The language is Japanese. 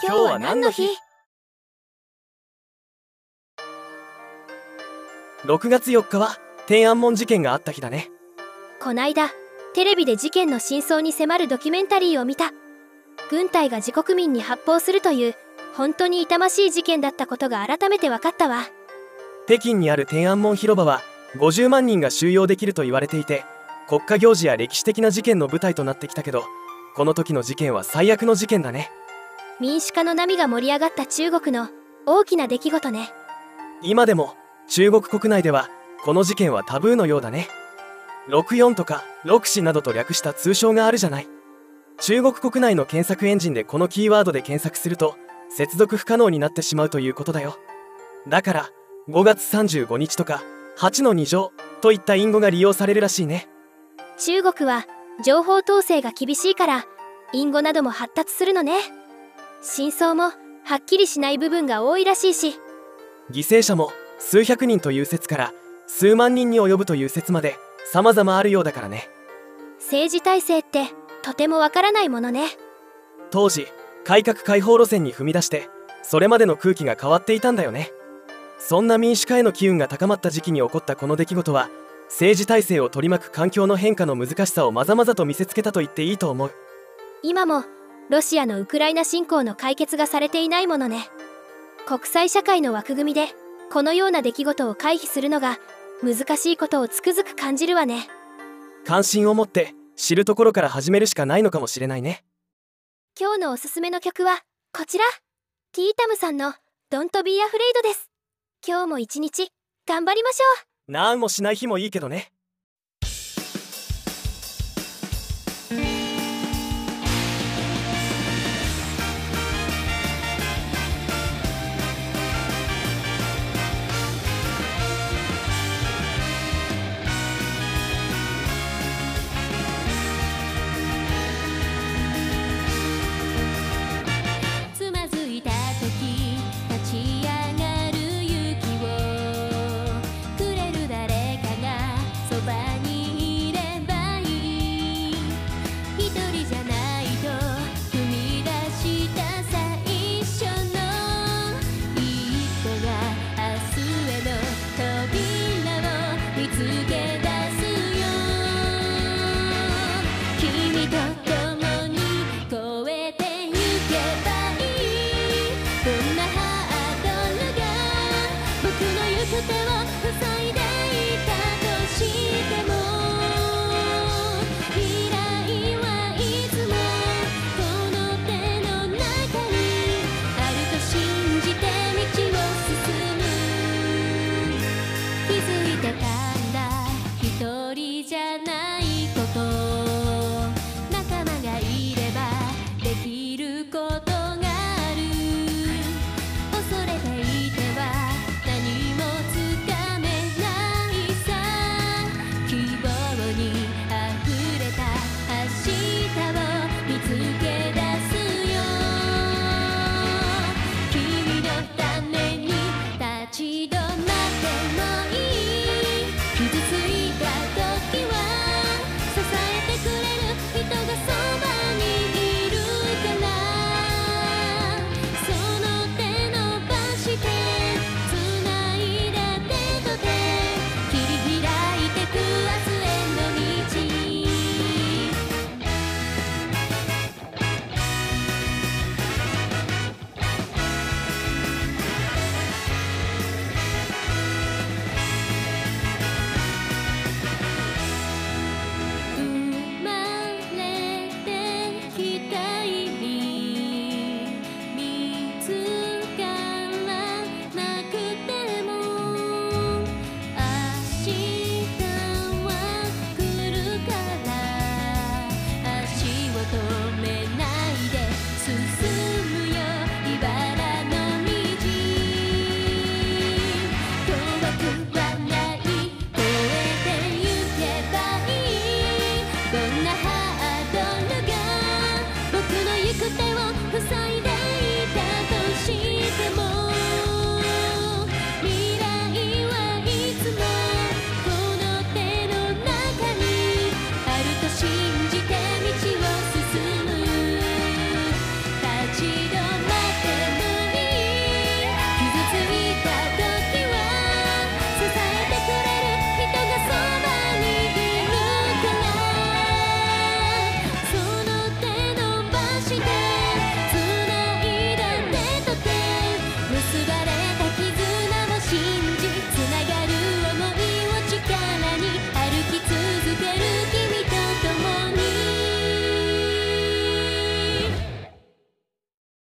今日は何の日？ 6 月4日は天安門事件があった日だね。 こないだテレビで事件の真相に迫るドキュメンタリーを見た。軍隊が自国民に発砲するという本当に痛ましい事件だったことが改めて分かったわ。 北京にある天安門広場は50万人が収容できると言われていて、国家行事や歴史的な事件の舞台となってきたけど、この時の事件は最悪の事件だね。 民主化の波が盛り上がった中国の大きな出来事ね。 今でも中国国内ではこの事件はタブーのようだね。64とか64などと略した通称があるじゃない。中国国内の検索エンジンでこのキーワードで検索すると接続不可能になってしまうということだよ。だから5月35日とか8の2乗といった隠語が利用されるらしいね。 中国は情報統制が厳しいから隠語なども発達するのね。真相もはっきりしない部分が多いらしいし、 犠牲者も数百人という説から数万人に及ぶという説まで様々あるようだからね。 政治体制ってとてもわからないものね。 当時改革開放路線に踏み出してそれまでの空気が変わっていたんだよね。そんな民主化への機運が高まった時期に起こったこの出来事は、政治体制を取り巻く環境の変化の難しさをまざまざと見せつけたと言っていいと思う。 今もロシアのウクライナ侵攻の解決がされていないものね。国際社会の枠組みでこのような出来事を回避するのが難しいことをつくづく感じるわね。 関心を持って知るところから始めるしかないのかもしれないね。 今日のおすすめの曲はこちら、ティータムさんの Don't Be Afraid です。今日も一日頑張りましょう。 なんもしない日もいいけどね。